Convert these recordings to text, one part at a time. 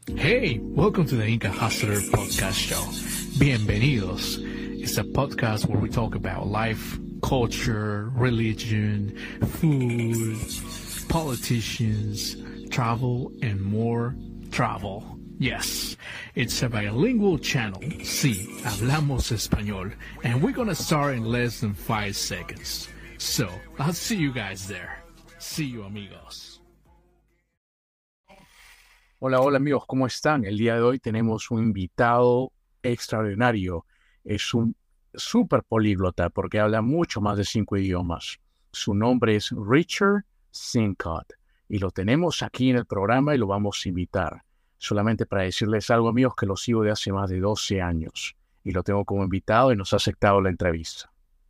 Hey, welcome to the Inca Hustler Podcast Show. Bienvenidos. It's a podcast where we talk about life, culture, religion, food, politicians, travel, and more travel. Yes, it's a bilingual channel. Sí, hablamos español. And we're gonna start in less than 5 seconds. So, I'll see you guys there. See you, amigos. Hola, hola amigos, ¿cómo están? El día de hoy tenemos un invitado extraordinario. Es un súper políglota porque habla mucho más de 5 idiomas. Su nombre es Richard Sincott y lo tenemos aquí en el programa y lo vamos a invitar. Solamente para decirles algo, amigos, que lo sigo de hace más de 12 años y lo tengo como invitado y nos ha aceptado la entrevista.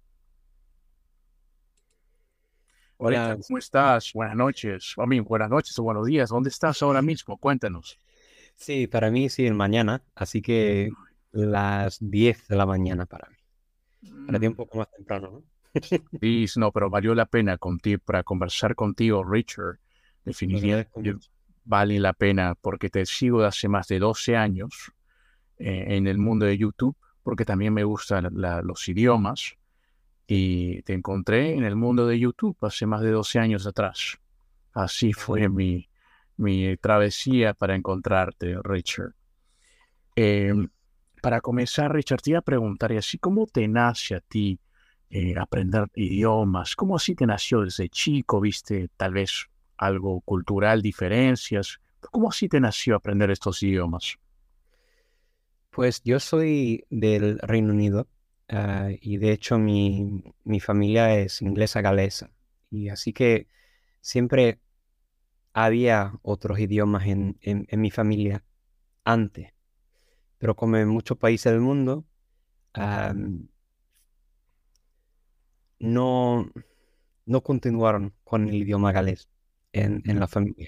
Hola, Richard, ¿cómo estás? Buenas noches. Buenas noches o buenos días. ¿Dónde estás ahora mismo? Cuéntanos. sí, para mí sí, mañana, así que las 10 de la mañana para mí. Para ti un poco más temprano, ¿no? Sí, no, pero valió la pena para conversar contigo, Richard. Lo Definitivamente agradezco mucho. vale la pena porque te sigo de hace más de 12 años en el mundo de YouTube, porque también me gustan los idiomas y te encontré en el mundo de YouTube hace más de 12 años atrás. Así fue mi travesía para encontrarte, Richard. Eh, para comenzar, Richard, te iba a preguntar, y así cómo te nace a ti aprender idiomas, cómo así te nació desde chico, viste tal vez algo cultural, diferencias, cómo así te nació aprender estos idiomas. Pues yo soy del Reino Unido, y de hecho mi familia es inglesa galesa. Y así que siempre había otros idiomas en mi familia antes. Pero como en muchos países del mundo, ah, no, no continuaron con el idioma galés en la familia.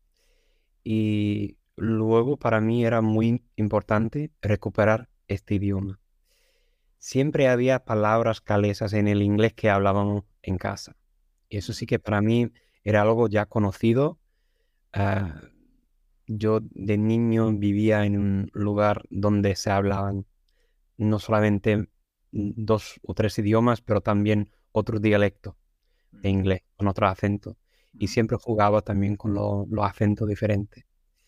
Y luego para mí era muy importante recuperar este idioma. Siempre había palabras galesas en el inglés que hablábamos en casa. Y eso sí que para mí era algo ya conocido. Ah, yo de niño vivía en un lugar donde se hablaban no solamente 2 o 3 idiomas, pero también otros dialectos de inglés, con otros acentos. Y siempre jugaba también con los acentos diferentes.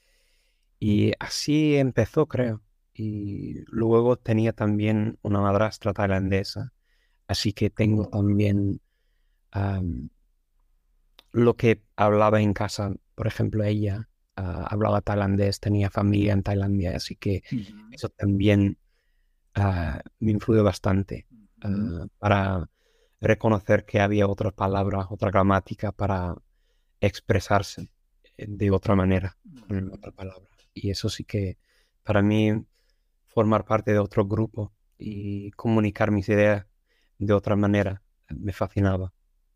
Y así empezó, creo. Y luego tenía también una madrastra tailandesa. Así que tengo también am, lo que hablaba en casa. Por ejemplo, ella hablaba tailandés, tenía familia en Tailandia. Así que eso también me influyó bastante para reconocer que había otras palabras, otra gramática para expresarse de otra manera, con otra palabra. Y eso sí que para mí formar parte de otro grupo y comunicar mis ideas de otra manera me fascinaba.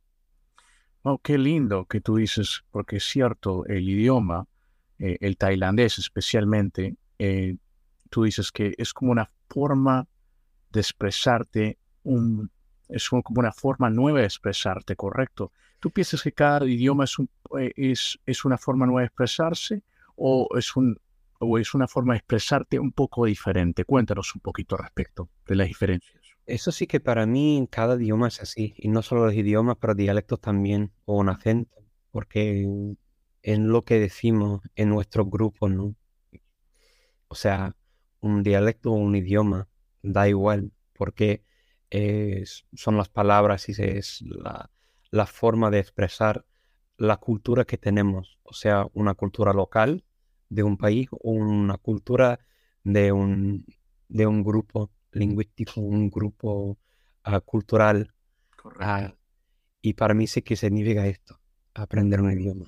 Oh, qué lindo que tú dices, porque es cierto, el idioma, el tailandés especialmente, tú dices que es como una forma de expresarte, como una forma nueva de expresarte, ¿correcto? ¿Tú piensas que cada idioma es una forma nueva de expresarse o o es una forma de expresarte un poco diferente? Cuéntanos un poquito al respecto de las diferencias. Eso sí que para mí cada idioma es así, y no solo los idiomas, pero dialectos también, o un acento, porque en lo que decimos en nuestro grupo, ¿no? O sea, un dialecto o un idioma, da igual, porque son las palabras y es la forma de expresar la cultura que tenemos, o sea, una cultura local de un país o una cultura de un grupo lingüístico, un grupo cultural. Correcto. ah, y para mí sí que significa esto, aprender un idioma.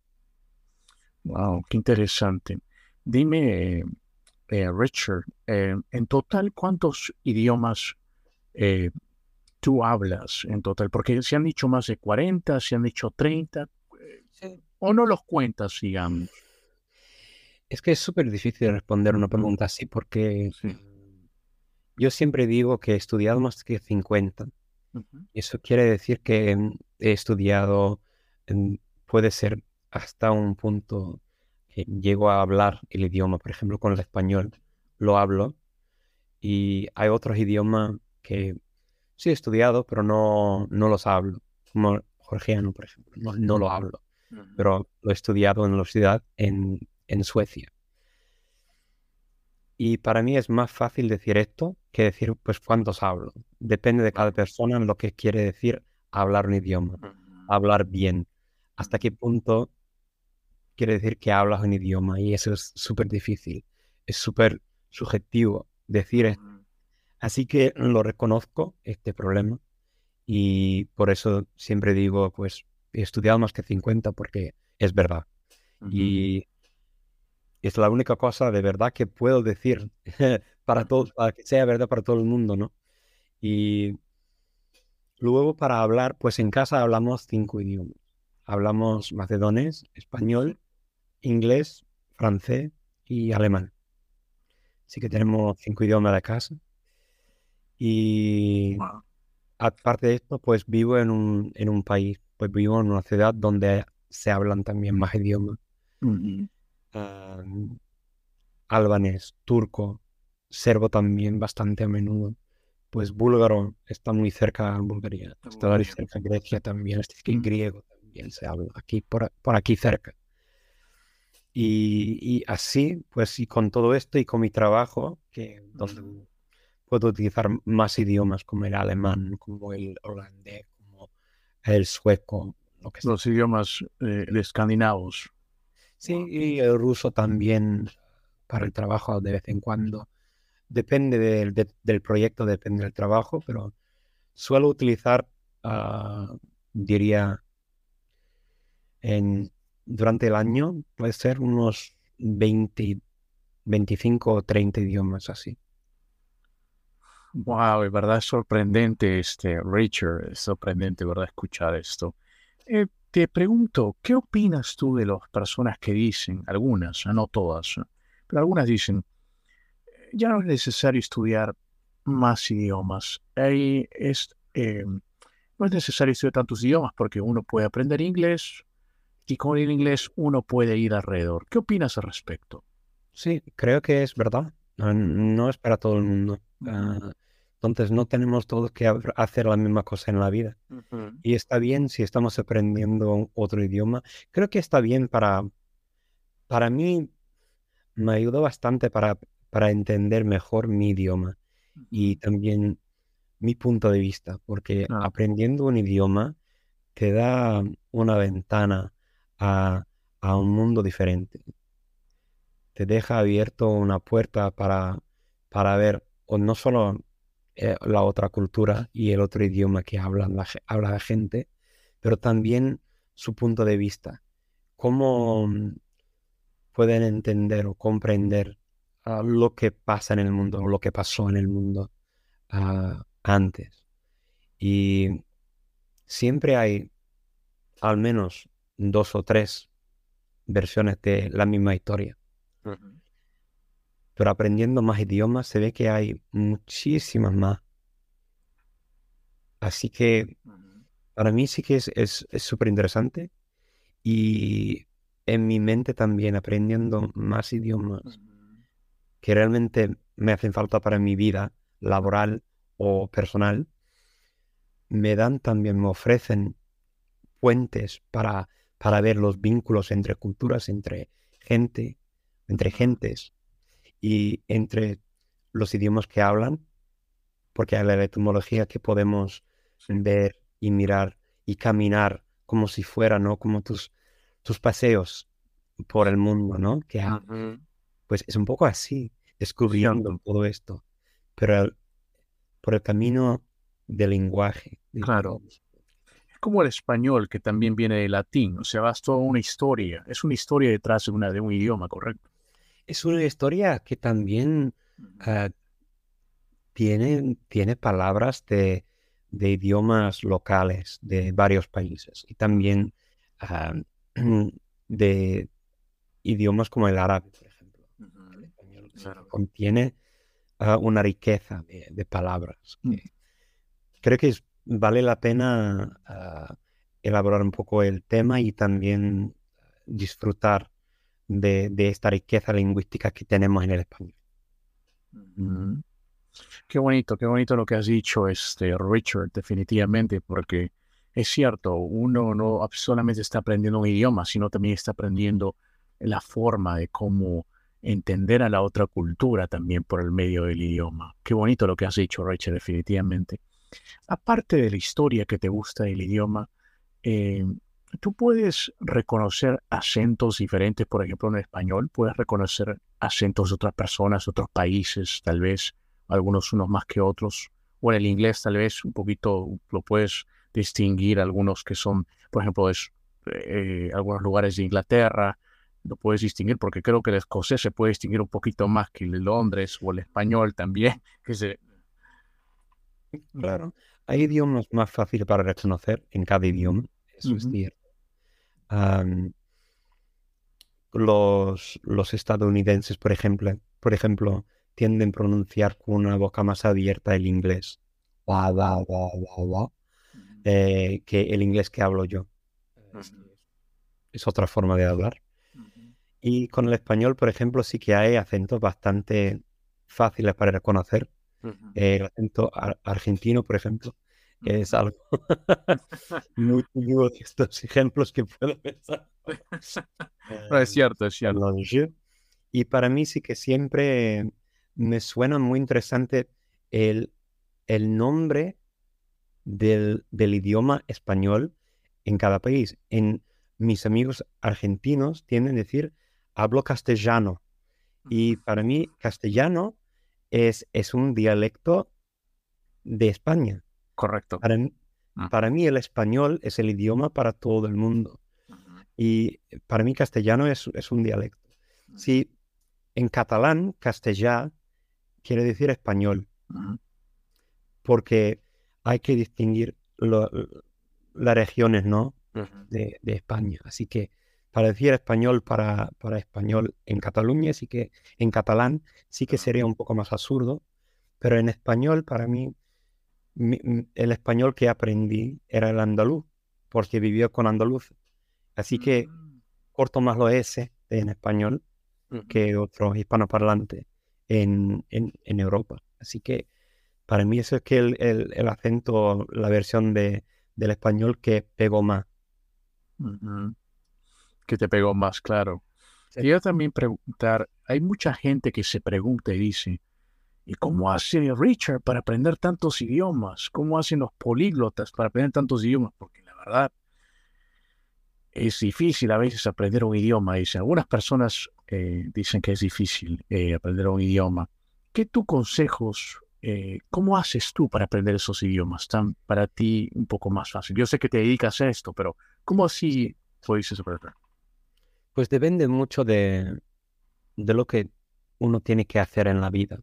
Wow, qué interesante. Dime, Richard, en total, ¿cuántos idiomas eh, tú hablas en total? Porque se han dicho más de 40, se han dicho 30, Sí. o no los cuentas, digamos. Es que es súper difícil responder una pregunta así porque Sí. yo siempre digo que he estudiado más que 50. Ujú. Eso quiere decir que he estudiado, puede ser hasta un punto que llego a hablar el idioma. Por ejemplo, con el español lo hablo y hay otros idiomas que sí he estudiado, pero no los hablo. Como el georgiano, por ejemplo, no lo hablo, pero lo he estudiado en la universidad en Suecia. Y para mí es más fácil decir esto que decir, pues, cuántos hablo. Depende de cada persona en lo que quiere decir hablar un idioma, hablar bien. Hasta qué punto quiere decir que hablas un idioma, y eso es súper difícil. Es súper subjetivo decir esto. Así que lo reconozco, este problema, y por eso siempre digo, pues, he estudiado más que 50 porque es verdad. Y es la única cosa de verdad que puedo decir para todos, para que sea verdad para todo el mundo, ¿no? Y luego para hablar, pues en casa hablamos 5 idiomas. Hablamos macedonés, español, inglés, francés y alemán. Así que tenemos 5 idiomas de casa. Y Wow. aparte de esto, pues vivo en un país, pues vivo en una ciudad donde se hablan también más idiomas. Ah, albanés, turco, serbo también bastante a menudo. Pues búlgaro está muy cerca de Bulgaria, está muy cerca de Grecia también, así que griego también se habla aquí, por aquí cerca. Y así, pues, y con todo esto y con mi trabajo, que donde puedo utilizar más idiomas como el alemán, como el holandés, como el sueco, lo que sea. Los idiomas escandinavos. Sí, y el ruso también para el trabajo de vez en cuando. Depende del proyecto, depende del trabajo, pero suelo utilizar, diría, durante el año, puede ser unos 20, 25 o 30 idiomas así. Wow, de verdad es sorprendente, Richard, es sorprendente, ¿verdad? Escuchar esto. Te pregunto, ¿qué opinas tú de las personas que dicen, algunas, no todas, pero algunas dicen, ya no es necesario estudiar más idiomas, no es necesario estudiar tantos idiomas porque uno puede aprender inglés y con el inglés uno puede ir alrededor? ¿Qué opinas al respecto? Sí, creo que es verdad. No es para todo el mundo. Entonces no tenemos todos que hacer la misma cosa en la vida. Y está bien si estamos aprendiendo otro idioma. Creo que está bien para mí, me ayudó bastante para entender mejor mi idioma y también mi punto de vista, porque Ah, aprendiendo un idioma te da una ventana a, a un mundo diferente. Te deja abierto una puerta para ver, o no solo la otra cultura y el otro idioma que habla la gente, pero también su punto de vista. Cómo pueden entender o comprender lo que pasa en el mundo o lo que pasó en el mundo antes. Y siempre hay al menos 2 o 3 versiones de la misma historia. Pero aprendiendo más idiomas se ve que hay muchísimas más. Así que para mí sí que es súper interesante. Y en mi mente también aprendiendo más idiomas que realmente me hacen falta para mi vida laboral o personal, me ofrecen puentes para ver los vínculos entre culturas, gente, entre gentes y entre los idiomas que hablan, porque hay la etimología que podemos ver y mirar y caminar como si fuera, ¿no? Como tus paseos por el mundo, ¿no? Pues es un poco así, descubriendo cierto, todo esto, pero por el camino del lenguaje, claro. digamos. Es como el español, que también viene del latín, o sea, vas toda una historia, es una historia detrás de un idioma, ¿correcto? Es una historia que también ah, tiene palabras de idiomas locales de varios países y también ah, de idiomas como el árabe, por ejemplo. El español Claro. contiene una riqueza de palabras que creo que vale la pena elaborar un poco el tema y también disfrutar de esta riqueza lingüística que tenemos en el español. Mm. Qué bonito lo que has dicho, Richard, definitivamente, porque es cierto, uno no solamente está aprendiendo un idioma, sino también está aprendiendo la forma de cómo entender a la otra cultura también por el medio del idioma. Qué bonito lo que has dicho, Richard, definitivamente. Aparte de la historia que te gusta del idioma, eh, tú puedes reconocer acentos diferentes, por ejemplo, en español, puedes reconocer acentos de otras personas, otros países, tal vez, algunos unos más que otros, o en el inglés tal vez un poquito lo puedes distinguir, algunos que son, por ejemplo, algunos lugares de Inglaterra, lo puedes distinguir porque creo que el escocés se puede distinguir un poquito más que el de Londres o el español también, que se... Claro. Hay idiomas más fáciles para reconocer en cada idioma, eso es Ujú. cierto. Am, los estadounidenses, por ejemplo, tienden a pronunciar con una boca más abierta el inglés, Wa, wa, wa, wa, wa, que el inglés que hablo yo. Es, Ujú. es otra forma de hablar. Ujú. Y con el español, por ejemplo, sí que hay acentos bastante fáciles para reconocer. Ujú. El acento argentino, por ejemplo, es Ujú. algo muy típico de estos ejemplos que puedo pensar. No, es cierto, es cierto. Perdón, y para mí sí que siempre me suena muy interesante el, el nombre del idioma español en cada país. Mis amigos argentinos tienden a decir, hablo castellano. Y para mí, castellano es un dialecto de España. Correcto. Para, mí- para mí el español es el idioma para todo el mundo. Ujú. Y para mí castellano es un dialecto. Ujú. Si en catalán, castellà quiere decir español, Ujú. porque hay que distinguir las regiones, ¿no? Ujú. de España. Así que para decir español para español en Cataluña, sí que en catalán sí que sería un poco más absurdo, pero en español para mí el español que aprendí era el andaluz, porque vivió con andaluz. Así que corto más los S en español Ujú. que otros hispanoparlantes en Europa. Así que para mí eso es que el acento, la versión del español que pegó más. Ujú. Que te pegó más claro. Sí. Quería también preguntar, hay mucha gente que se pregunta y dice, ¿y cómo hace Richard para aprender tantos idiomas? ¿Cómo hacen los políglotas para aprender tantos idiomas? Porque la verdad es difícil a veces aprender un idioma. Dice, algunas personas dicen que es difícil aprender un idioma. ¿Qué tu consejos, cómo haces tú para aprender esos idiomas tan para ti un poco más fácil? Yo sé que te dedicas a esto, pero ¿cómo así puedes aprender? Pues depende mucho de lo que uno tiene que hacer en la vida,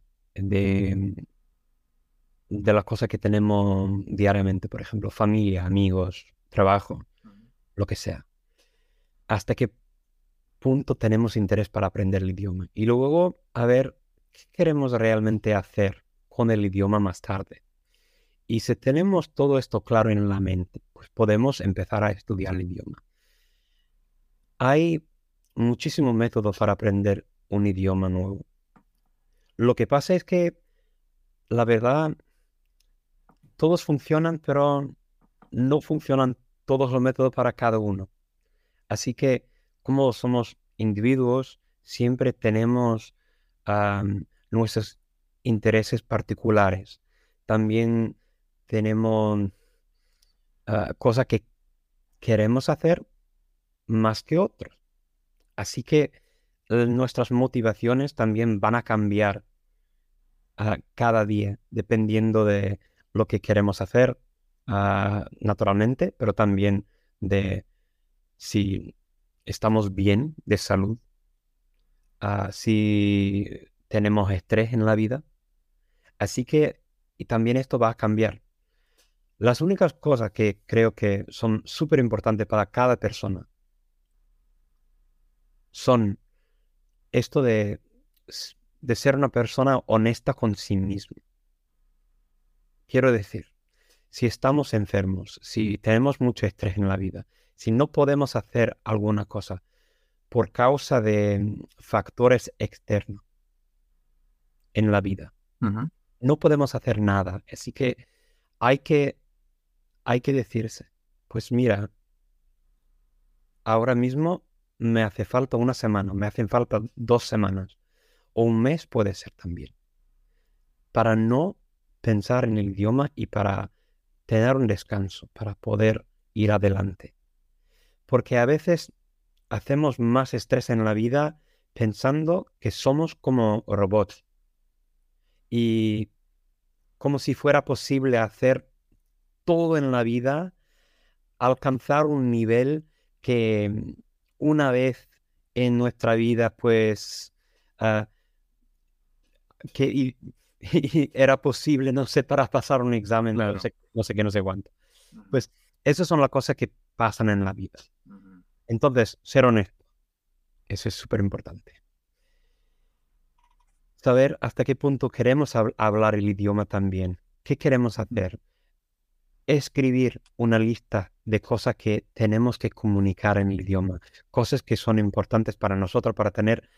de las cosas que tenemos diariamente, por ejemplo, familia, amigos, trabajo, lo que sea. Hasta qué punto tenemos interés para aprender el idioma. Y luego, a ver, ¿qué queremos realmente hacer con el idioma más tarde? Y si tenemos todo esto claro en la mente, pues podemos empezar a estudiar el idioma. Hay muchísimos métodos para aprender un idioma nuevo. Lo que pasa es que, la verdad, todos funcionan, pero no funcionan todos los métodos para cada uno. Así que, como somos individuos, siempre tenemos nuestros intereses particulares. También tenemos cosas que queremos hacer más que otros. Así que nuestras motivaciones también van a cambiar cada día, dependiendo de lo que queremos hacer, naturalmente, pero también de si estamos bien de salud, si tenemos estrés en la vida. Así que, y también esto va a cambiar. Las únicas cosas que creo que son súper importantes para cada persona son esto de ser una persona honesta con sí mismo. Quiero decir, si estamos enfermos, si tenemos mucho estrés en la vida, si no podemos hacer alguna cosa, por causa de factores externos en la vida. Ujú. No podemos hacer nada, así que hay que, hay que decirse, pues mira, ahora mismo me hace falta una semana, me hacen falta 2 semanas, o un mes puede ser también, para no pensar en el idioma y para tener un descanso, para poder ir adelante. Porque a veces hacemos más estrés en la vida pensando que somos como robots y como si fuera posible hacer todo en la vida, alcanzar un nivel que una vez en nuestra vida, pues, ah, y era posible, no sé, para pasar un examen, Claro. no sé qué, no sé cuánto. Pues, esas son las cosas que pasan en la vida. Ujú. Entonces, ser honesto, eso es súper importante. Saber hasta qué punto queremos hablar el idioma también. ¿Qué queremos hacer? Escribir una lista de cosas que tenemos que comunicar en el idioma, cosas que son importantes para nosotros, para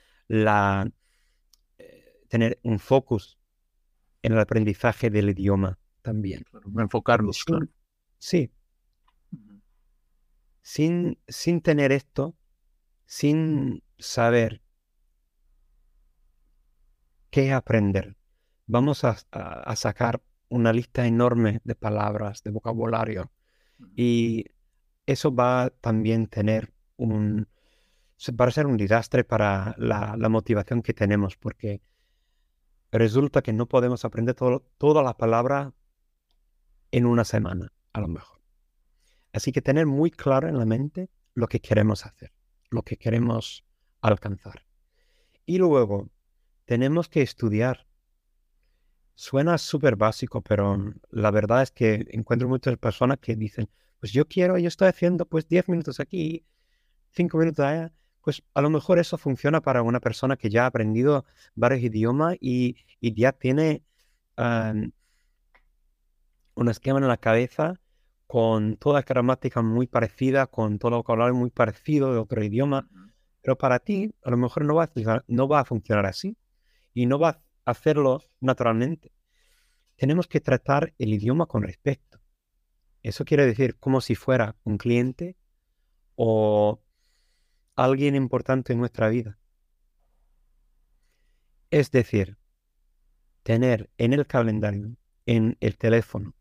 tener un focus en el aprendizaje del idioma también. Claro, enfocarnos, claro. Sí, Ujú. sin tener esto, sin saber qué aprender, vamos a sacar una lista enorme de palabras, de vocabulario, y eso va a también va a ser un desastre para la motivación que tenemos, porque resulta que no podemos aprender toda la palabra en una semana, a lo mejor. Así que tener muy claro en la mente lo que queremos hacer, lo que queremos alcanzar. Y luego tenemos que estudiar. Suena súper básico, pero la verdad es que encuentro muchas personas que dicen, pues yo estoy haciendo pues 10 minutos aquí, 5 minutos allá. Pues a lo mejor eso funciona para una persona que ya ha aprendido varios idiomas y ya tiene un esquema en la cabeza con toda la gramática muy parecida, con todo el vocabulario muy parecido de otro idioma. Pero para ti a lo mejor no va a funcionar así y no va a hacerlo naturalmente. Tenemos que tratar el idioma con respeto. Eso quiere decir como si fuera un cliente o alguien importante en nuestra vida. Es decir, tener en el calendario, en el teléfono,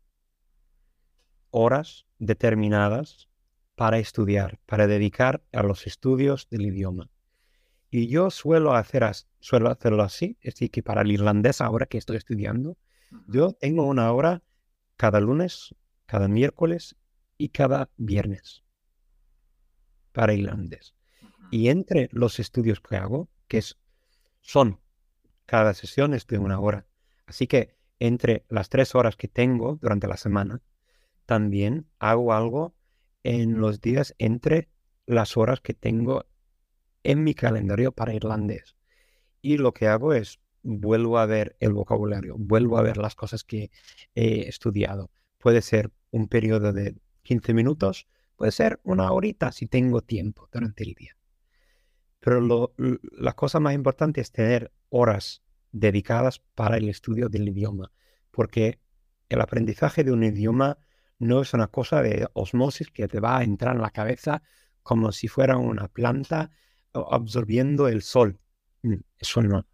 horas determinadas para estudiar, para dedicar a los estudios del idioma. Y yo suelo hacerlo así, es decir, que para el irlandés, ahora que estoy estudiando, yo tengo una hora cada lunes, cada miércoles y cada viernes para irlandés. Y entre los estudios que hago, son cada sesión es de una hora. Así que entre las 3 horas que tengo durante la semana, también hago algo en los días entre las horas que tengo en mi calendario para irlandés. Y lo que hago es vuelvo a ver el vocabulario, vuelvo a ver las cosas que he estudiado. Puede ser un periodo de 15 minutos, puede ser una horita si tengo tiempo durante el día. Pero la cosa más importante es tener horas dedicadas para el estudio del idioma, porque el aprendizaje de un idioma no es una cosa de osmosis que te va a entrar en la cabeza como si fuera una planta absorbiendo el sol. Eso no.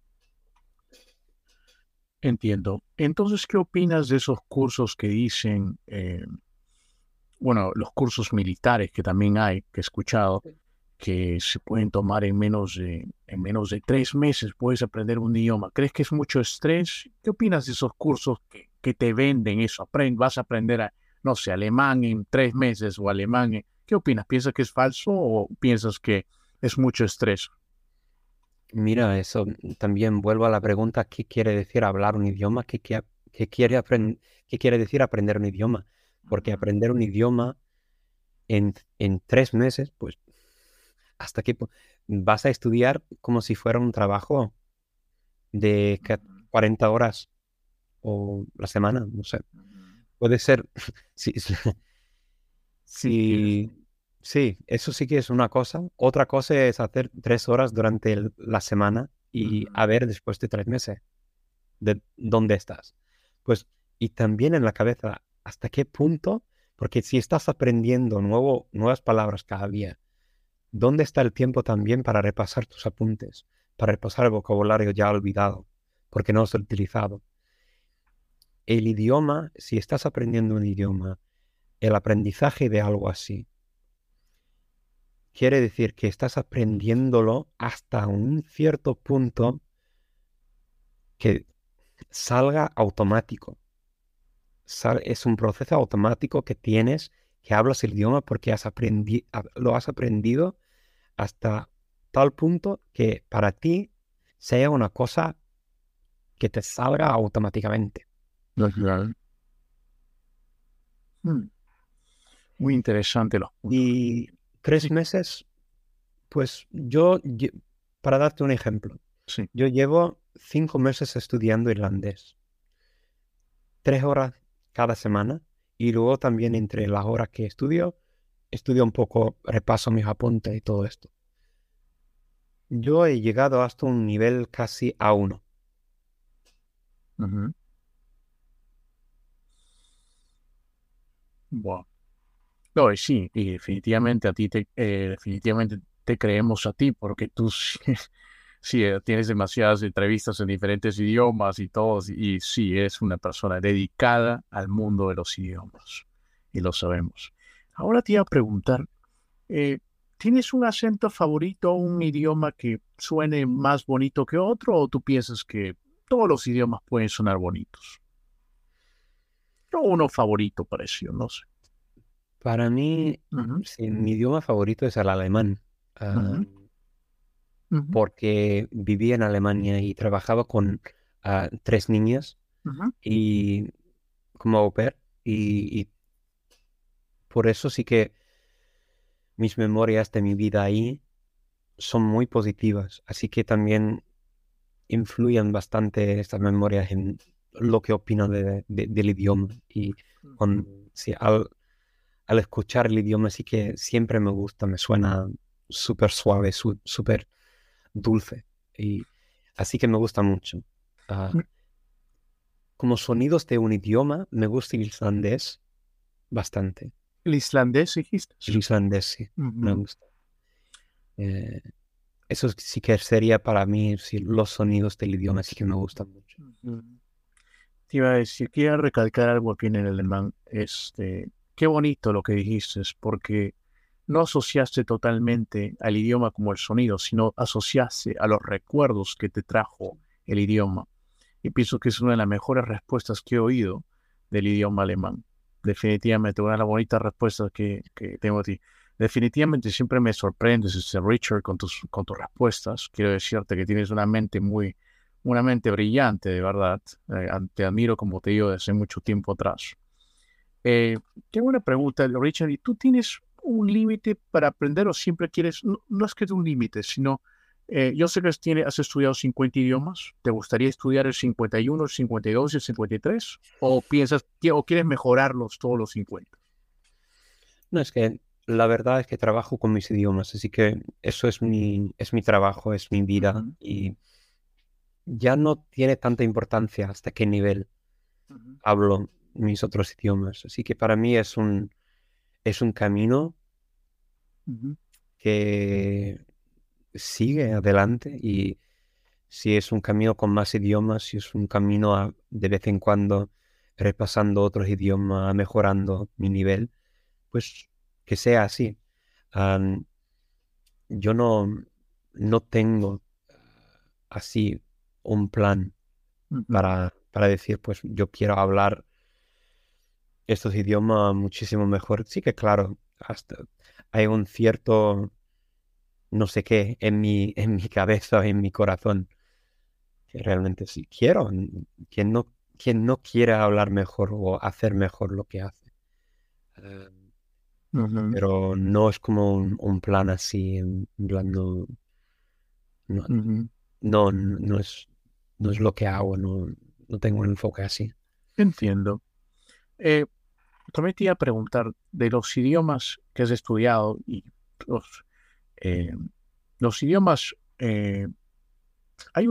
Entiendo. Entonces, ¿qué opinas de esos cursos que dicen, bueno, los cursos militares que también hay, que he escuchado, que se pueden tomar en menos de 3 meses, puedes aprender un idioma? ¿Crees que es mucho estrés? ¿Qué opinas de esos cursos que te venden eso? Vas a aprender, no sé, alemán en 3 meses o alemán. ¿Qué opinas? ¿Piensas que es falso o piensas que es mucho estrés? Mira, eso también vuelvo a la pregunta, ¿qué quiere decir hablar un idioma? ¿Qué quiere decir aprender un idioma? Porque aprender un idioma en 3 meses, pues, hasta que vas a estudiar como si fuera un trabajo de 40 horas o la semana, no sé. Puede ser, si, Sí, si, Sí, eso sí que es una cosa. Otra cosa es hacer 3 horas durante la semana y a ver después de 3 meses de dónde estás. Pues, y también en la cabeza, ¿hasta qué punto? Porque si estás aprendiendo nuevas palabras cada día, ¿dónde está el tiempo también para repasar tus apuntes? Para repasar el vocabulario ya olvidado, porque no has utilizado. El idioma, si estás aprendiendo un idioma, el aprendizaje de algo así, quiere decir que estás aprendiéndolo hasta un cierto punto que salga automático. Es un proceso automático que tienes, que hablas el idioma porque lo has aprendido hasta tal punto que para ti sea una cosa que te salga automáticamente. Claro. Muy interesante los puntos. Y 3 meses, pues para darte un ejemplo, Sí. yo llevo 5 meses estudiando irlandés, 3 horas cada semana, y luego también entre las horas que estudio un poco, repaso mis apuntes y todo esto. Yo he llegado hasta un nivel casi A1. Ujú. Wow. No, y sí, y definitivamente definitivamente te creemos a ti, porque tú sí, sí, tienes demasiadas entrevistas en diferentes idiomas y todo, y sí, eres una persona dedicada al mundo de los idiomas, y lo sabemos. Ahora te iba a preguntar, eh, ¿tienes un acento favorito, un idioma que suene más bonito que otro, o tú piensas que todos los idiomas pueden sonar bonitos? O uno favorito pareció, no sé. Para mí, Ujú, sí, mi idioma favorito es el alemán, ujú, ujú, porque viví en Alemania y trabajaba con 3 niñas ujú. y como au pair, y por eso sí que mis memorias de mi vida ahí son muy positivas, así que también influyen bastante estas memorias en lo que opino del idioma. Y sí, al escuchar el idioma sí que siempre me gusta, me suena súper suave, súper dulce. Y así que me gusta mucho. Ah, como sonidos de un idioma, me gusta el islandés bastante. El islandés dijiste. El islandés sí, me Ujú, gusta. Eh, Eso sí que sería para mí, sí, los sonidos del idioma sí que me gustan mucho. ujú. Te iba a decir, quiero recalcar algo aquí en el alemán. Qué bonito lo que dijiste, porque no asociaste totalmente al idioma como el sonido, sino asociaste a los recuerdos que te trajo el idioma. Y pienso que es una de las mejores respuestas que he oído del idioma alemán. Definitivamente, una de las bonitas respuestas que tengo a ti. Definitivamente siempre me sorprendes, Richard, con tus respuestas. Quiero decirte que tienes una mente brillante, de verdad. Te admiro, como te digo, desde mucho tiempo atrás. Tengo una pregunta, Richard, ¿y tú tienes un límite para aprender o siempre quieres, no es que es un límite, sino, yo sé que has estudiado 50 idiomas, ¿te gustaría estudiar el 51, el 52 y el 53? ¿O piensas, o quieres mejorarlos todos los 50? No, es que la verdad es que trabajo con mis idiomas, así que eso es mi trabajo, es mi vida Ujú, y ya no tiene tanta importancia hasta qué nivel ujú, hablo mis otros idiomas. Así que para mí es un camino ujú, que sigue adelante y si es un camino con más idiomas, si es un camino de vez en cuando repasando otros idiomas, mejorando mi nivel, pues que sea así. Am, yo no tengo así un plan ujú, para decir, pues yo quiero hablar estos idiomas muchísimo mejor. Sí que claro, hasta hay un cierto no sé qué en mi cabeza, en mi corazón, que realmente sí quiero. Quien no quiere hablar mejor o hacer mejor lo que hace. Eh, ujú, pero no es como un plan así, en plan, no, ujú. no es lo que hago, no tengo un enfoque así. Entiendo. también te iba a preguntar de los idiomas que has estudiado y los, eh, los idiomas, hay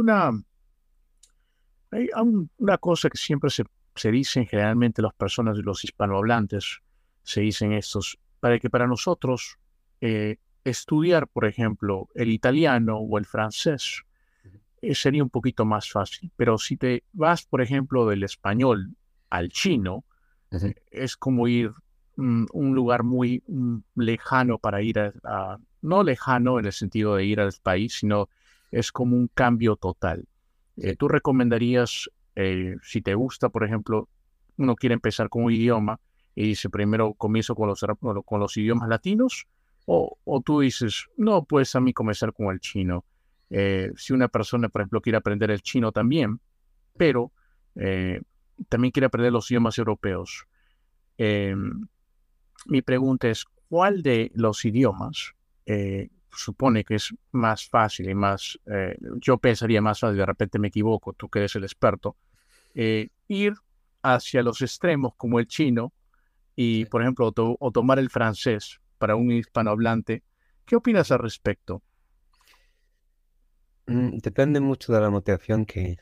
una cosa que siempre se dicen generalmente las personas, los hispanohablantes, se dicen estos, para que para nosotros estudiar, por ejemplo, el italiano o el francés sería un poquito más fácil, pero si te vas, por ejemplo, del español al chino, Ujú. es como ir un lugar muy lejano para ir no lejano en el sentido de ir al país, sino es como un cambio total. Sí. ¿Tú recomendarías, si te gusta, por ejemplo, uno quiere empezar con un idioma y dice primero comienzo con los idiomas latinos? O tú dices, no, pues a mí comenzar con el chino. Si una persona, por ejemplo, quiere aprender el chino también, pero eh, también quiere aprender los idiomas europeos. Eh, Mi pregunta es, ¿cuál de los idiomas supone que es más fácil y más, yo pensaría más fácil, de repente me equivoco, tú que eres el experto, ir hacia los extremos como el chino y, Sí. por ejemplo, o tomar el francés para un hispanohablante? ¿Qué opinas al respecto? Depende mucho de la motivación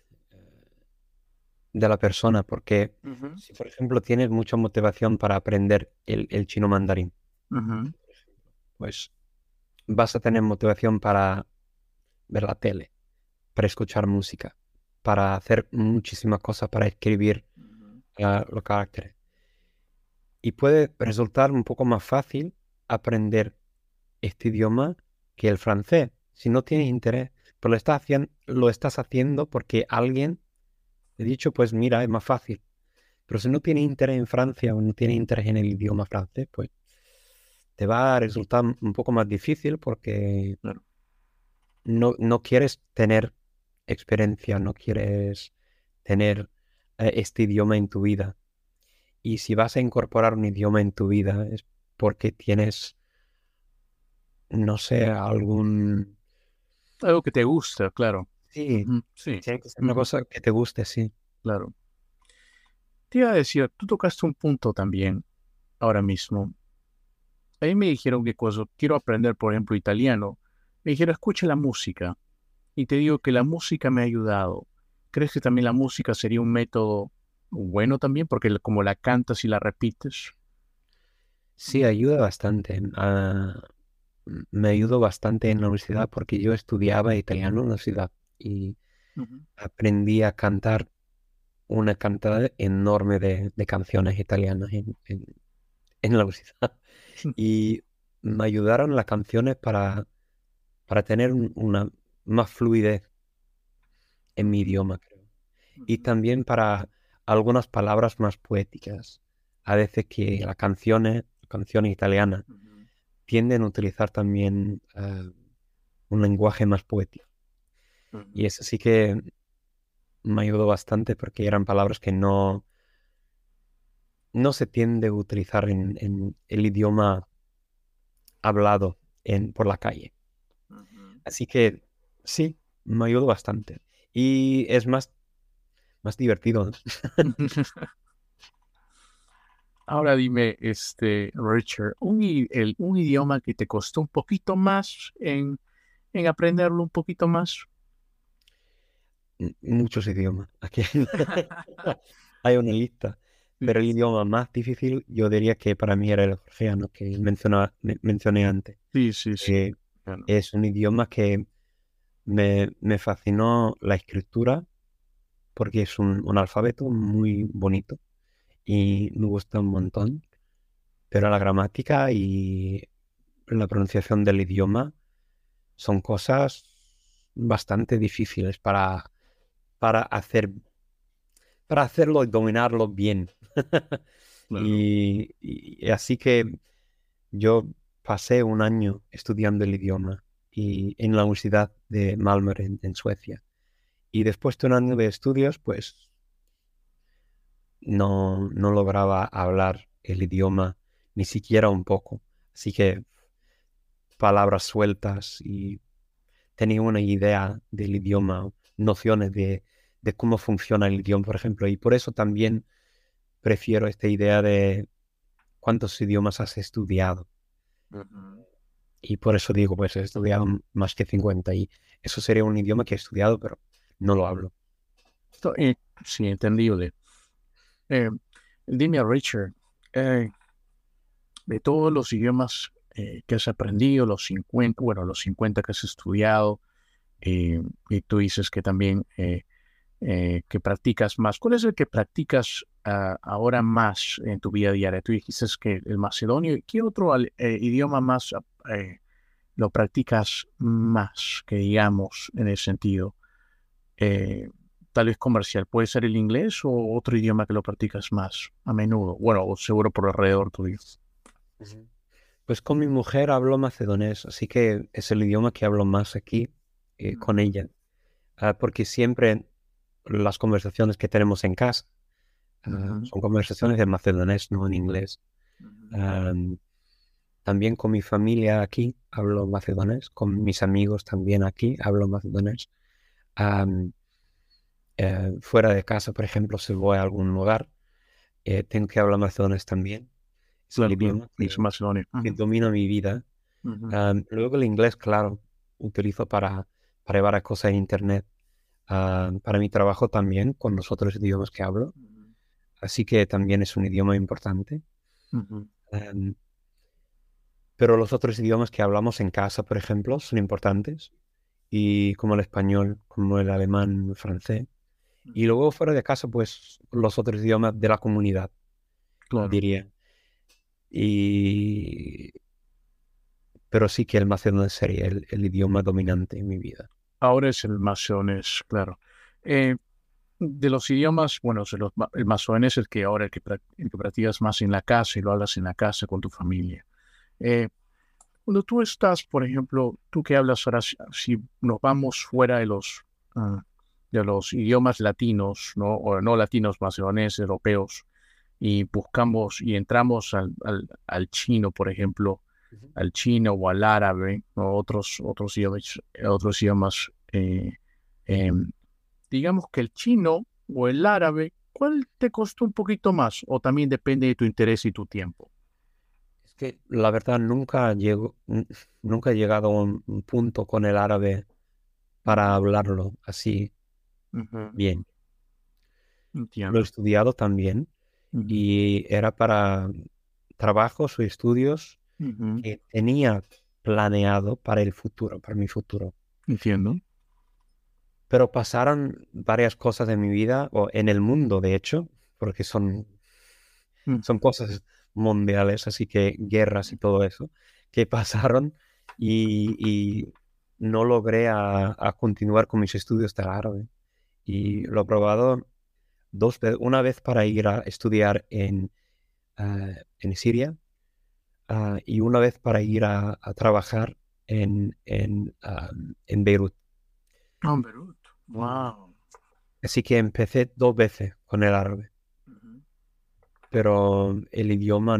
de la persona, porque Ujú, si, por ejemplo, tienes mucha motivación para aprender el chino mandarín, ujú, pues vas a tener motivación para ver la tele, para escuchar música, para hacer muchísimas cosas, para escribir ujú. los caracteres. Y puede resultar un poco más fácil aprender este idioma que el francés, si no tienes interés. Pero lo estás haciendo porque alguien te ha dicho, pues mira, es más fácil. Pero si no tienes interés en Francia o no tienes interés en el idioma francés, pues te va a resultar un poco más difícil porque Claro. no quieres tener experiencia, no quieres tener este idioma en tu vida. Y si vas a incorporar un idioma en tu vida es porque tienes, no sé, algún... Algo que te gusta, claro. Sí, Ujú, sí, tiene que ser una ujú, cosa que te guste, sí. claro. Te iba a decir, tú tocaste un punto también ahora mismo. A mí me dijeron que cuando quiero aprender, por ejemplo, italiano, me dijeron, escucha la música. Y te digo que la música me ha ayudado. ¿Crees que también la música sería un método bueno también? Porque como la cantas y la repites. Sí, ayuda bastante. Me ayudó bastante en la universidad porque yo estudiaba italiano en la universidad y Ujú, aprendí a cantar una cantidad enorme de canciones italianas en la universidad. Y me ayudaron las canciones para tener una más fluidez en mi idioma, creo. Y ujú, también para algunas palabras más poéticas. A veces que las canciones italianas, ujú, tienden a utilizar también un lenguaje más poético. Y ujú. eso sí que me ayudó bastante porque eran palabras que no se tiende a utilizar en el idioma hablado por la calle. Ujú. Así que sí, me ayudó bastante. Y es más divertido. Ahora dime, Richard, un idioma que te costó un poquito más en aprenderlo un poquito más. Muchos idiomas. Aquí hay una lista. Pero Sí, el idioma más difícil yo diría que para mí era el georgiano que mencioné antes. sí, sí, sí. Que Bueno, es un idioma que me fascinó la escritura porque es un alfabeto muy bonito y me gusta un montón. Pero la gramática y la pronunciación del idioma son cosas bastante difíciles para hacer, para hacerlo y dominarlo bien. claro. Y así que yo pasé un año estudiando el idioma y en la Universidad de Malmö en Suecia. Y después de un año de estudios, pues no lograba hablar el idioma ni siquiera un poco. Así que palabras sueltas y tenía una idea del idioma, nociones de cómo funciona el idioma, por ejemplo. Y por eso también prefiero esta idea de cuántos idiomas has estudiado. Ujú. Y por eso digo, pues he estudiado más que 50 y eso sería un idioma que he estudiado, pero no lo hablo. Sí, entendible. Eh, Dime, Richard, eh, de todos los idiomas que has aprendido, los 50 que has estudiado, y tú dices que también que practicas más. ¿Cuál es el que practicas ahora más en tu vida diaria? Tú dijiste que el macedonio. ¿Qué otro idioma más lo practicas más, que digamos, en ese sentido? Eh, Tal vez comercial. ¿Puede ser el inglés o otro idioma que lo practicas más a menudo? Bueno, o seguro por alrededor tuyo. Ujú. Pues con mi mujer hablo macedonés, así que es el idioma que hablo más aquí con Ujú, ella. Porque siempre las conversaciones que tenemos en casa ujú, son conversaciones en macedonés, no en inglés. ujú. Am, También con mi familia aquí hablo macedonés, con mis amigos también aquí hablo macedonés. Am, Fuera de casa, por ejemplo, si voy a algún lugar, tengo que hablar macedonés también. Es el Claro, claro. idioma Es macedonio. que Ujú, domina mi vida. ujú, Luego el inglés, claro, utilizo para llevar a cosas en internet. Para mi trabajo también, con los otros idiomas que hablo. Así que también es un idioma importante. ujú, Am, pero los otros idiomas que hablamos en casa, por ejemplo, son importantes. Y como el español, como el alemán, el francés. Y ujú. luego fuera de casa, pues los otros idiomas de la comunidad, Claro. diría. Y... Pero sí que el macedonio sería el idioma dominante en mi vida. Ahora es el macedonés, claro. Eh, de los idiomas, bueno, el macedonés es el que ahora el que practicas más en la casa y lo hablas en la casa con tu familia. Eh, Cuando tú estás, por ejemplo, tú que hablas ahora, si nos vamos fuera ah, de los idiomas latinos, ¿no? O no latinos, macedoneses, europeos, y buscamos y entramos al chino, por ejemplo, Ujú. al chino o al árabe, o otros idiomas, em, digamos que el chino o el árabe, ¿cuál te costó un poquito más? O también depende de tu interés y tu tiempo. Es que la verdad nunca he llegado a un punto con el árabe para Ujú, hablarlo así ujú, bien. Lo he entiendo. estudiado también Ujú, y era para trabajos o estudios ujú, que tenía planeado para el futuro, para mi futuro. entiendo. Pero pasaron varias cosas en mi vida, o en el mundo, de hecho, porque Mm, son cosas mundiales, así que guerras y todo eso, que pasaron y no logré a continuar con mis estudios de árabe. Y ujú. lo he probado una vez para ir a estudiar en Siria, y una vez para ir a trabajar en Beirut. Ah, Beirut. Wow. Así que empecé 2 veces con el árabe, Ujú, pero el idioma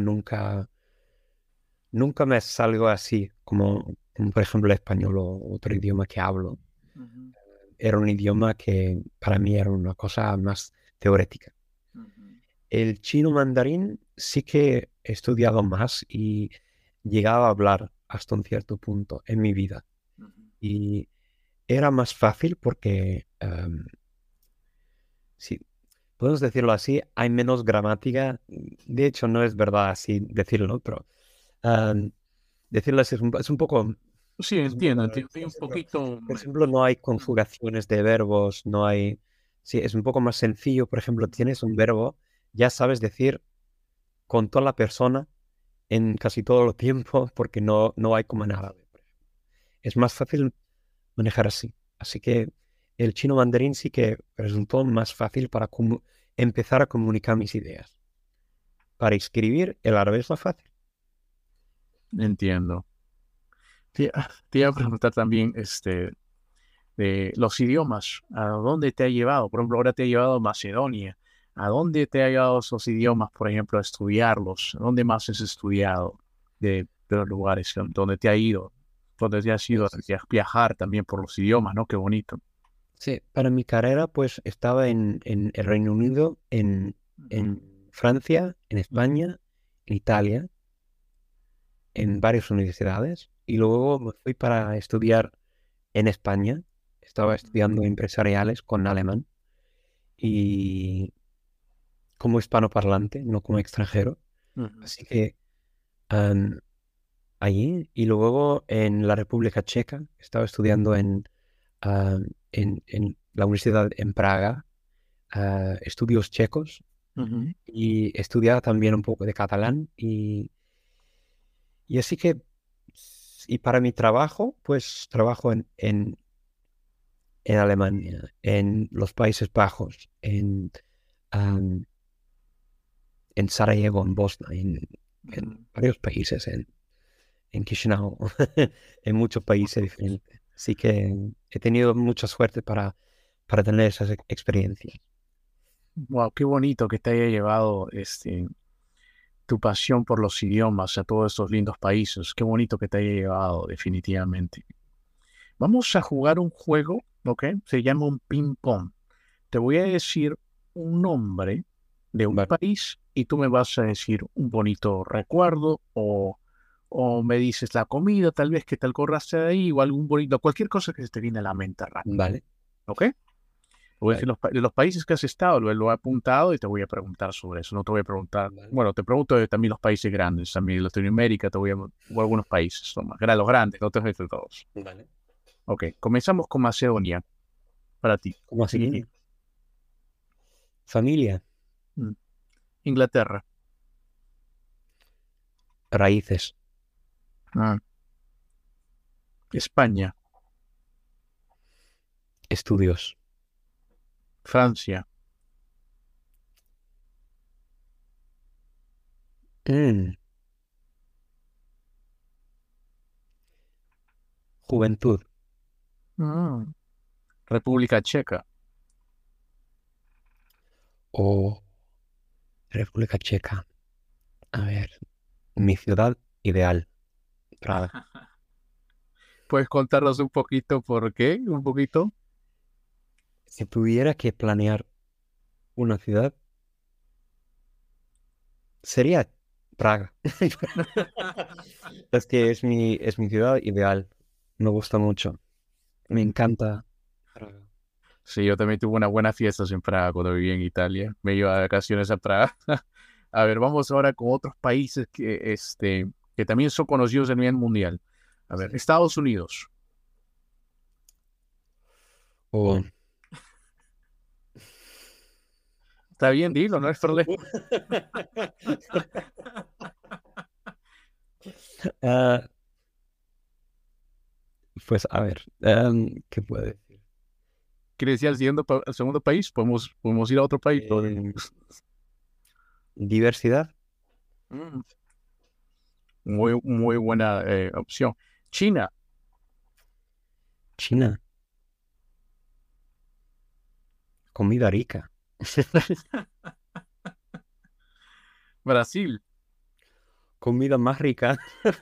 nunca me salió así, como por ejemplo el español o otro idioma que hablo. ujú, Era un idioma que para mí era una cosa más teórica. ujú, El chino mandarín sí que he estudiado más y llegaba a hablar hasta un cierto punto en mi vida. ujú. Y era más fácil porque, sí, podemos decirlo así, hay menos gramática. De hecho, no es verdad así decirlo, pero em, decirlo así es un poco... Sí, Es un poco entiendo. Estoy un poquito. por ejemplo, no hay conjugaciones de verbos, no hay... Sí, es un poco más sencillo. Por ejemplo, tienes un verbo, ya sabes decir con toda la persona en casi todo el tiempo porque no hay como en árabe. Es más fácil manejar así. Así que el chino mandarín sí que resultó más fácil para empezar a comunicar mis ideas. Para escribir, el árabe es más fácil. Entiendo. Te iba a preguntar también, de los idiomas, ¿a dónde te ha llevado? Por ejemplo, ahora te ha llevado a Macedonia. ¿A dónde te ha llevado esos idiomas, por ejemplo, a estudiarlos? ¿A dónde más has estudiado de los lugares donde te ha ido? Donde te has ido a Pues, viajar también por los idiomas, ¿no? Qué bonito. sí, para mi carrera pues estaba en el Reino Unido, en Ujú, Francia, en España Italia, en varias universidades, y luego me fui para estudiar en España. Estaba estudiando empresariales con alemán y como hispanoparlante, no como extranjero. Así que allí y luego en la República Checa estaba estudiando en la universidad en Praga, estudios checos, y estudiaba también un poco de catalán y así que y para mi trabajo pues trabajo en Alemania, en los Países Bajos, am, en Sarajevo, en Bosnia, en varios países, en Chisinau, en muchos países diferentes. Así que he tenido mucha suerte para tener esas experiencias. Wow, qué bonito que te haya llevado tu pasión por los idiomas a todos estos lindos países. Qué bonito que te haya llevado, definitivamente. Vamos a jugar un juego, ¿ok? Se llama un ping-pong. Te voy a decir un nombre de un Vale. país y tú me vas a decir un bonito recuerdo o me dices la comida, tal vez que te acordaste de ahí o algún bonito, cualquier cosa que se te viene a la mente rápido, Vale. ¿ok? Te voy a decir de los países que has estado, lo he apuntado y te voy a preguntar sobre eso. No te voy a preguntar, Vale. bueno, te pregunto de también los países grandes, también Latinoamérica, o algunos países, los grandes, no te voy a decir todos. Vale. Ok, comenzamos con Macedonia, para ti. ¿Cómo así? Familia, Mm. Inglaterra. raíces, Ah. España. estudios, Francia. mm, juventud, Ah. República Checa. o República Checa. A ver, mi ciudad ideal, Praga. ¿Puedes contarnos un poquito por qué? ¿Un poquito? Si tuviera que planear una ciudad, sería Praga. Es que es mi ciudad ideal. Me gusta mucho. Me encanta Praga. Sí, yo también tuve una buena fiesta en Praga cuando viví en Italia. Me iba de vacaciones a Praga. A ver, vamos ahora con otros países que también son conocidos a nivel mundial. A ver, Estados Unidos. O Está bien, dilo, no es problema. Ah, pues a ver, ¿qué puede decir? ¿Quieres decir al segundo país? Podemos ir a otro país. Diversidad, Mm, muy buena opción. China. China, comida rica, Brasil. comida más rica,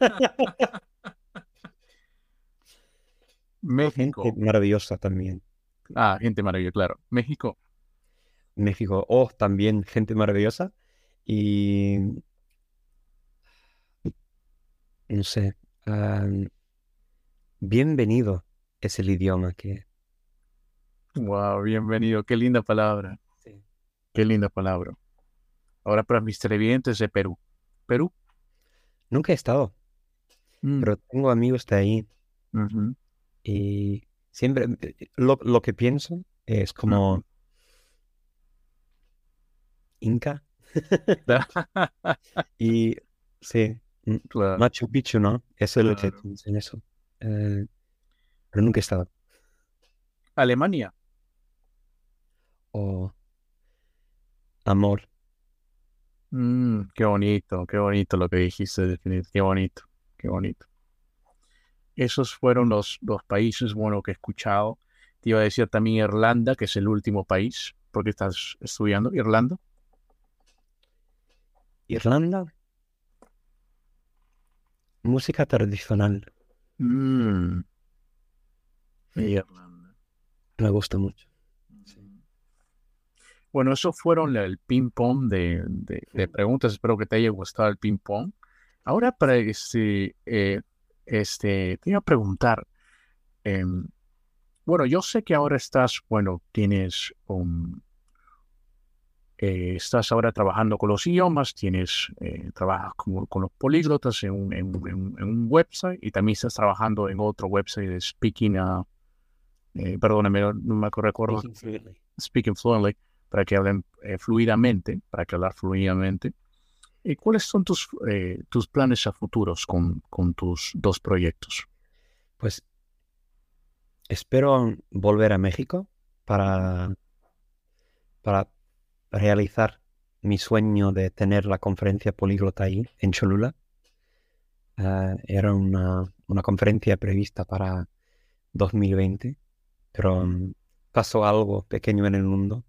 gente México. maravillosa también. Ah, gente maravillosa, claro. México. México, oh, también gente maravillosa. Y no sé, bienvenido es el idioma que... Wow, bienvenido. Qué linda palabra. Sí. Qué linda palabra. Ahora para mis televidentes de Perú. Perú. Nunca he estado, Mm, pero tengo amigos de ahí ujú, y siempre lo que pienso es ujú. como Inca y sí, Claro, Machu Picchu, ¿no? Eso es lo que claro. pienso en eso. Eh, pero nunca he estado. Alemania. O amor, Qué bonito lo que dijiste, definitivamente. Qué bonito, qué bonito. Esos fueron los países, bueno, que he escuchado. Te iba a decir también Irlanda, que es el último país, porque estás estudiando Irlanda. Irlanda, música tradicional, Mm, Irlanda. me gusta mucho. Sí. Ujú. Bueno, eso fueron el ping-pong de preguntas. Espero que te haya gustado el ping-pong. Ahora, para te iba a preguntar, em, bueno, yo sé que ahora estás ahora trabajando con los idiomas, trabajas con los políglotas en un website y también estás trabajando en otro website de perdóname, no me recuerdo, Speaking fluently. Speaking Fluently, para que hablen para que hablar fluidamente. ¿Cuáles son tus planes a futuros con tus dos proyectos? Pues espero volver a México para realizar mi sueño de tener la conferencia políglota ahí, en Cholula. Era una conferencia prevista para 2020, pero pasó algo pequeño en el mundo.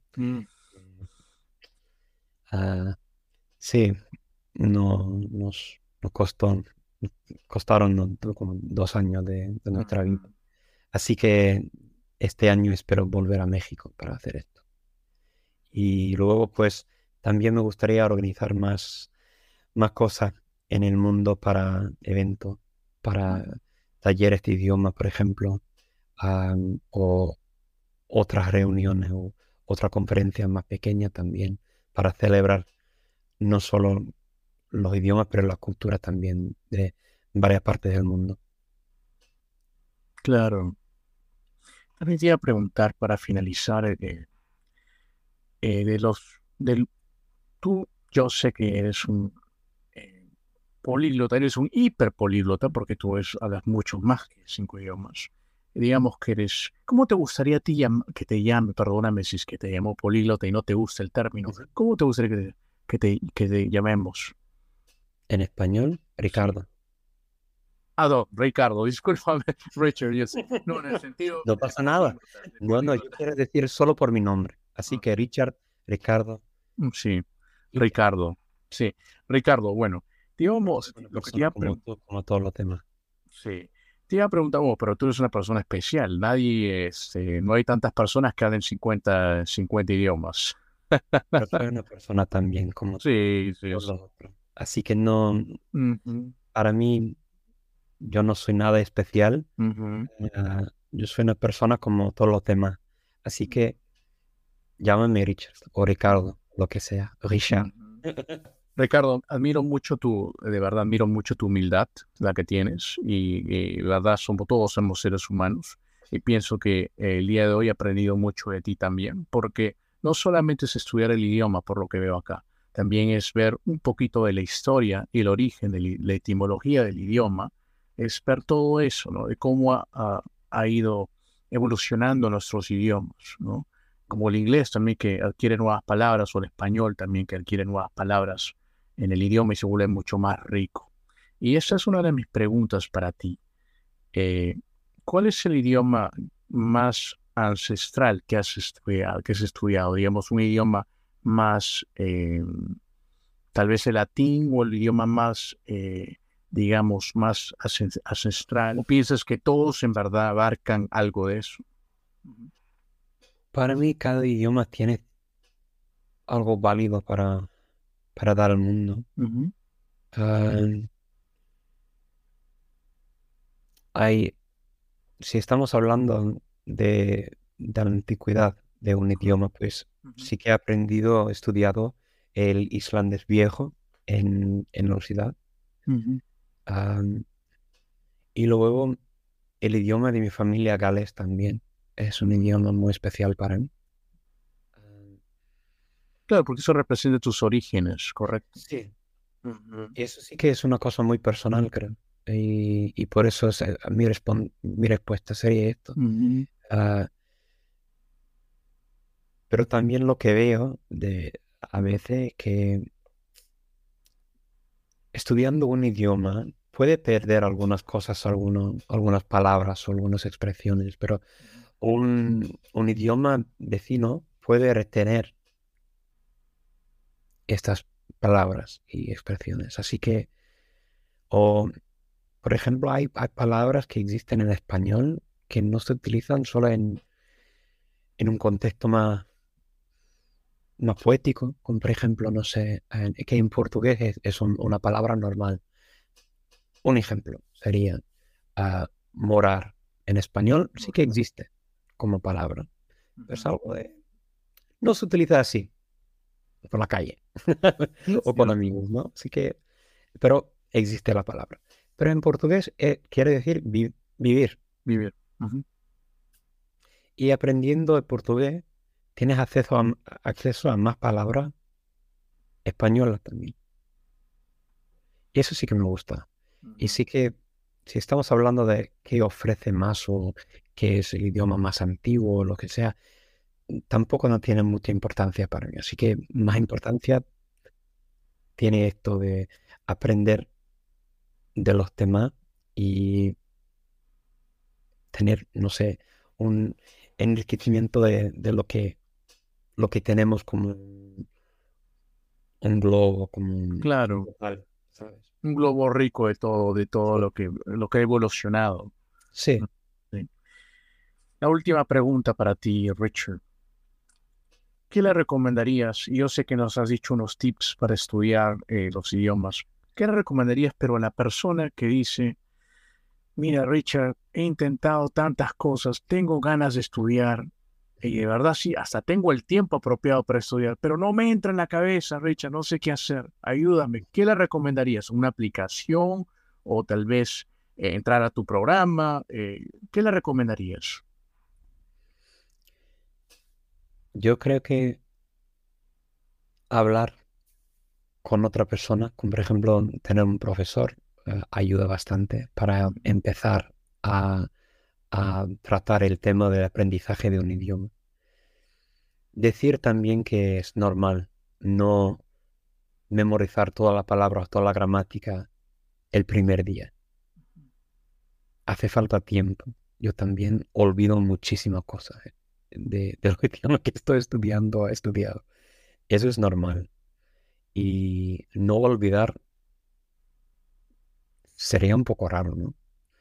Ah, sí, nos costaron como 2 años de nuestra vida. Así que este año espero volver a México para hacer esto. Y luego, pues, también me gustaría organizar más cosas en el mundo para eventos, para talleres de idioma, por ejemplo, o otras reuniones o otras conferencias más pequeñas también, para celebrar no solo los idiomas, pero las culturas también de varias partes del mundo. Claro. También te iba a preguntar para finalizar, de tú, yo sé que eres un eh, políglota, eres un hiperpolíglota porque hablas mucho más que 5 idiomas. Digamos que ¿cómo te gustaría a ti que te llame, perdóname si es que te llamo políglota y no te gusta el término, ¿cómo te gustaría que te llamemos? En español, Ricardo. No, Ricardo, discúlpame, Richard, no, en el sentido... No pasa nada. No, yo quiero decir solo por mi nombre. Así que Richard, Ricardo. Sí, Ricardo, sí, Ricardo, bueno, digamos, Una lo que te persona iba a como tú, como todos los demás. sí, te iba a preguntar, pero tú eres una persona especial, no hay tantas personas que hablen 50 idiomas. Pero soy una persona también como Sí, sí, todos los otros. Así que no, Ujú, para mí, yo no soy nada especial. ujú. Yo soy una persona como todos los demás. Así que llámame Richard o Ricardo, lo que sea. Richard. Ricardo, de verdad admiro mucho tu humildad, la que tienes, y de verdad todos somos seres humanos, y pienso que el día de hoy he aprendido mucho de ti también, porque no solamente es estudiar el idioma, por lo que veo acá, también es ver un poquito de la historia y el origen de la etimología del idioma, es ver todo eso, ¿no? De cómo ha ido evolucionando nuestros idiomas, ¿no? Como el inglés también que adquiere nuevas palabras, o el español también que adquiere nuevas palabras en el idioma y se vuelve mucho más rico. Y esa es una de mis preguntas para ti. Eh, ¿Cuál es el idioma más ancestral que has estudiado? Digamos, un idioma más, tal vez el latín o el idioma más, digamos, más ancestral. ¿O piensas que todos en verdad abarcan algo de eso? Para mí, cada idioma tiene algo válido para dar al mundo. Ujú, Ah, si estamos hablando de la antigüedad de un idioma, pues ujú, sí que he aprendido, he estudiado el islandés viejo en la universidad. ujú. Ah, y luego el idioma de mi familia galés también es un idioma muy especial para mí. Ah, Claro, porque eso representa tus orígenes, ¿correcto? sí, Ujú, eso sí que es una cosa muy personal, creo. Y por eso mi respuesta sería esto. ujú, Ah, pero también lo que veo a veces que estudiando un idioma puede perder algunas cosas, algunas palabras o algunas expresiones, pero un idioma vecino puede retener estas palabras y expresiones. Así que, o por ejemplo, hay palabras que existen en español que no se utilizan solo en un contexto más poético, como por ejemplo, no sé, que en portugués es una palabra normal. Un ejemplo sería morar. En español sí que existe como palabra, pero es algo de... No se utiliza así, por la calle o con amigos, ¿no? Así que, pero existe la palabra. Pero en portugués quiere decir vivir. Vivir. Ujú. Y aprendiendo el portugués, tienes acceso a más palabras españolas también. Y eso sí que me gusta. Y sí que, si estamos hablando de qué ofrece más o qué es el idioma más antiguo o lo que sea, tampoco no tiene mucha importancia para mí. Así que más importancia tiene esto de aprender de los temas y tener, no sé, un enriquecimiento de lo que tenemos como un globo, como un Claro, total, ¿sabes? un globo rico de todo lo que ha evolucionado. Sí, Sí. La última pregunta para ti, Richard. ¿Qué le recomendarías? Yo sé que nos has dicho unos tips para estudiar los idiomas. ¿Qué le recomendarías, pero a la persona que dice, mira, Richard, he intentado tantas cosas, tengo ganas de estudiar, y de verdad sí, hasta tengo el tiempo apropiado para estudiar, pero no me entra en la cabeza, Richard, no sé qué hacer, ayúdame. ¿Qué le recomendarías? ¿Una aplicación o tal vez entrar a tu programa? ¿Qué le recomendarías? yo creo que hablar con otra persona, como por ejemplo tener un profesor, ayuda bastante para empezar a, a tratar el tema del aprendizaje de un idioma. Decir también que es normal no memorizar toda la palabra o toda la gramática el primer día. Hace falta tiempo. Yo también olvido muchísimas cosas de lo que estoy estudiando, he estudiado. Eso es normal. Y no olvidar sería un poco raro, ¿no?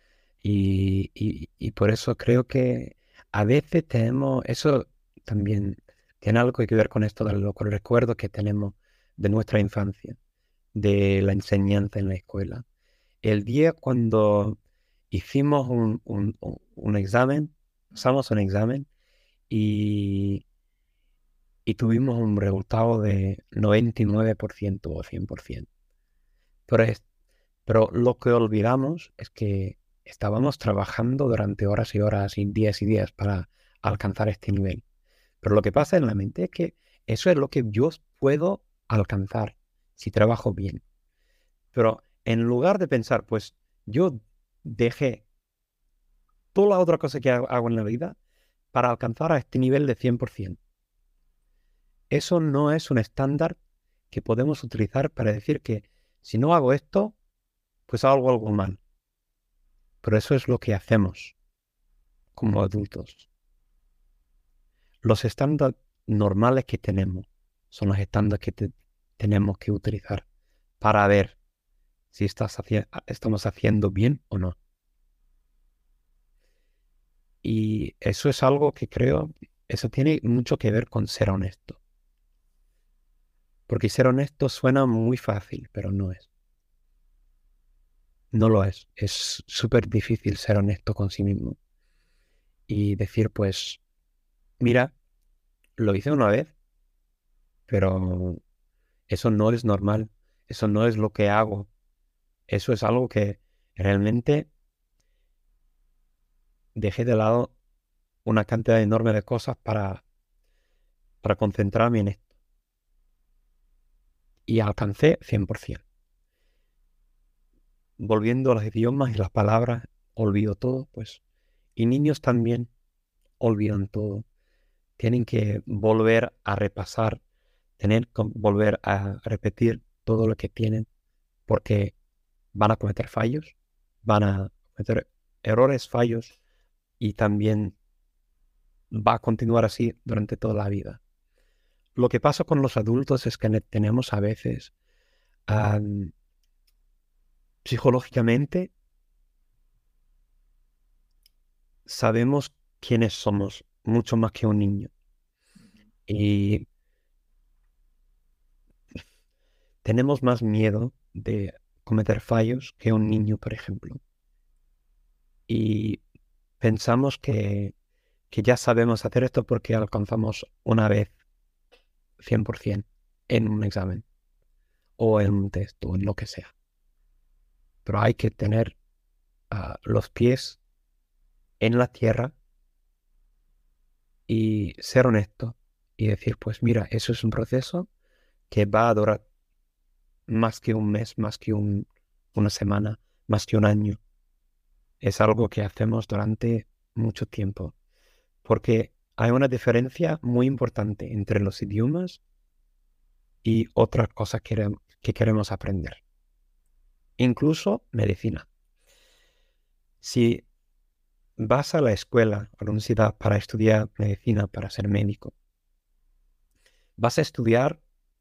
Y por eso creo que a veces tenemos, eso también tiene algo que ver con esto de los recuerdos que tenemos de nuestra infancia, de la enseñanza en la escuela. El día cuando hicimos un examen, pasamos un examen y, y tuvimos un resultado de 99% o 100%. Pero, pero lo que olvidamos es que estábamos trabajando durante horas y horas y días para alcanzar este nivel. Pero lo que pasa en la mente es que eso es lo que yo puedo alcanzar si trabajo bien. Pero en lugar de pensar, pues yo dejé toda la otra cosa que hago en la vida para alcanzar a este nivel de 100%. Eso no es un estándar que podemos utilizar para decir que si no hago esto, pues hago algo mal. Pero eso es lo que hacemos como adultos. Los estándares normales que tenemos son los estándares que tenemos que utilizar para ver si estamos haciendo bien o no. Y eso es algo que creo, eso tiene mucho que ver con ser honesto. Porque ser honesto suena muy fácil, pero no es. No lo es. Es súper difícil ser honesto con sí mismo. Y decir, pues, mira, lo hice una vez, pero eso no es normal. Eso no es lo que hago. Eso es algo que realmente dejé de lado una cantidad enorme de cosas para concentrarme en esto. Y alcancé 100%. Volviendo a los idiomas y las palabras, olvido todo, pues. Y niños también olvidan todo. Tienen que volver a repasar, tener que volver a repetir todo lo que tienen, porque van a cometer fallos, van a cometer errores, fallos, y también va a continuar así durante toda la vida. Lo que pasa con los adultos es que tenemos a veces, am, psicológicamente, sabemos quiénes somos mucho más que un niño. Y tenemos más miedo de cometer fallos que un niño, por ejemplo. Y pensamos que ya sabemos hacer esto porque alcanzamos una vez 100% en un examen o en un test o en lo que sea. Pero hay que tener los pies en la tierra y ser honesto y decir, pues mira, eso es un proceso que va a durar más que un mes, más que una semana, más que un año. Es algo que hacemos durante mucho tiempo. Porque hay una diferencia muy importante entre los idiomas y otras cosas que queremos aprender. Incluso medicina. Si vas a la escuela, a la universidad para estudiar medicina, para ser médico, vas a estudiar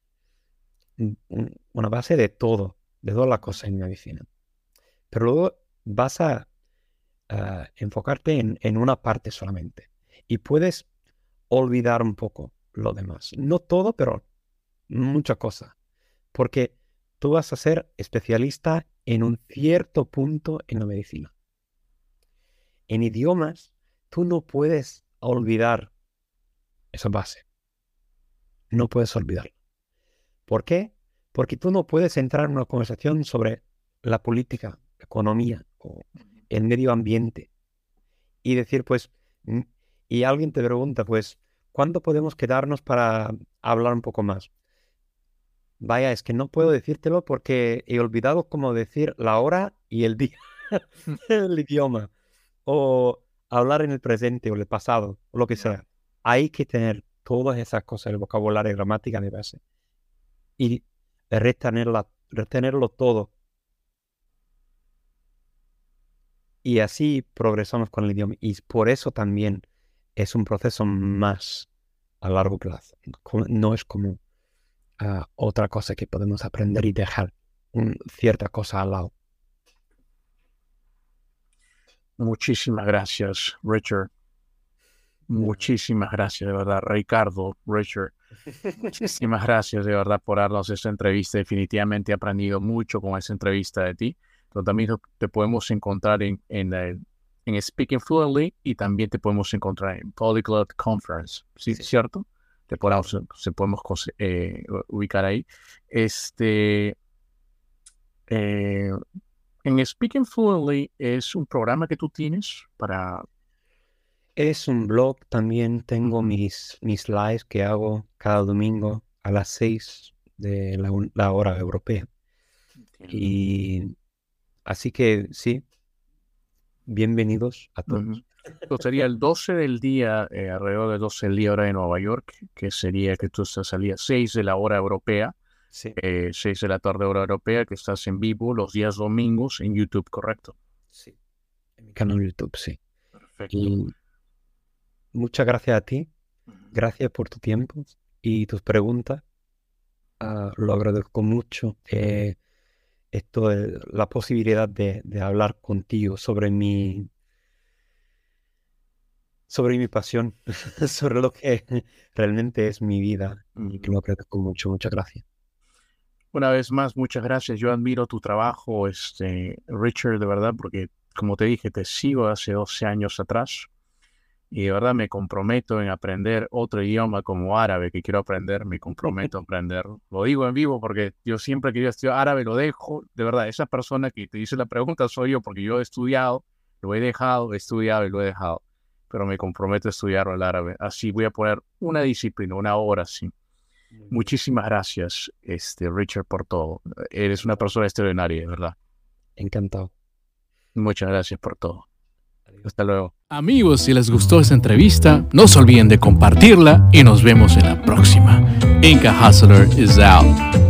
una base de todas las cosas en medicina. Pero luego vas a enfocarte en una parte solamente. Y puedes olvidar un poco lo demás. No todo, pero muchas cosas. Porque tú vas a ser especialista en un cierto punto en la medicina. En idiomas, tú no puedes olvidar esa base. No puedes olvidarlo. ¿Por qué? Porque tú no puedes entrar en una conversación sobre la política, la economía o el medio ambiente y decir, pues, y alguien te pregunta, pues, ¿cuándo podemos quedarnos para hablar un poco más? Vaya, es que no puedo decírtelo porque he olvidado cómo decir la hora y el día, el idioma, o hablar en el presente o el pasado, o lo que sea. Hay que tener todas esas cosas, el vocabulario, gramática de base, y retenerlo todo. Y así progresamos con el idioma. Y por eso también es un proceso más a largo plazo. No es como otra cosa que podemos aprender y dejar cierta cosa al lado. Muchísimas gracias, Richard. Muchísimas gracias, de verdad, Ricardo, Richard. Muchísimas gracias, de verdad, por darnos esta entrevista. Definitivamente he aprendido mucho con esa entrevista de ti. Pero también te podemos encontrar en Speaking Fluently y también te podemos encontrar en Polyglot Conference, ¿sí? ¿Cierto? Se podemos ubicar ahí. En Speaking Fluently es un programa que tú tienes para... Es un blog, también tengo mis lives que hago cada domingo a las 6 de la hora europea. Y así que sí, bienvenidos a todos. Sería el 12 del día, alrededor de 12 del día hora de Nueva York, que sería que tú salías 6 de la hora europea, Sí. 6 de la tarde hora europea, que estás en vivo los días domingos en YouTube, ¿correcto? Sí, en mi canal de YouTube, sí. Perfecto. Y muchas gracias a ti, gracias por tu tiempo y tus preguntas. Lo agradezco mucho. La posibilidad de hablar contigo sobre mi pasión, sobre lo que realmente es mi vida. Y lo agradezco mucho, muchas gracias. Una vez más, muchas gracias. Yo admiro tu trabajo, Richard, de verdad, porque como te dije, te sigo hace 12 años atrás. Y de verdad me comprometo en aprender otro idioma como árabe que quiero aprender, me comprometo a aprenderlo. Lo digo en vivo porque yo siempre quería estudiar árabe, lo dejo. De verdad, esa persona que te dice la pregunta soy yo porque yo he estudiado, lo he dejado, he estudiado y lo he dejado. Pero me comprometo a estudiar el árabe. Así voy a poner una disciplina, una hora, sí. Muchísimas gracias, Richard, por todo. Eres una persona extraordinaria, de verdad. Encantado. Muchas gracias por todo. Hasta luego. Amigos, si les gustó esta entrevista, no se olviden de compartirla y nos vemos en la próxima. Inca Hustler is out.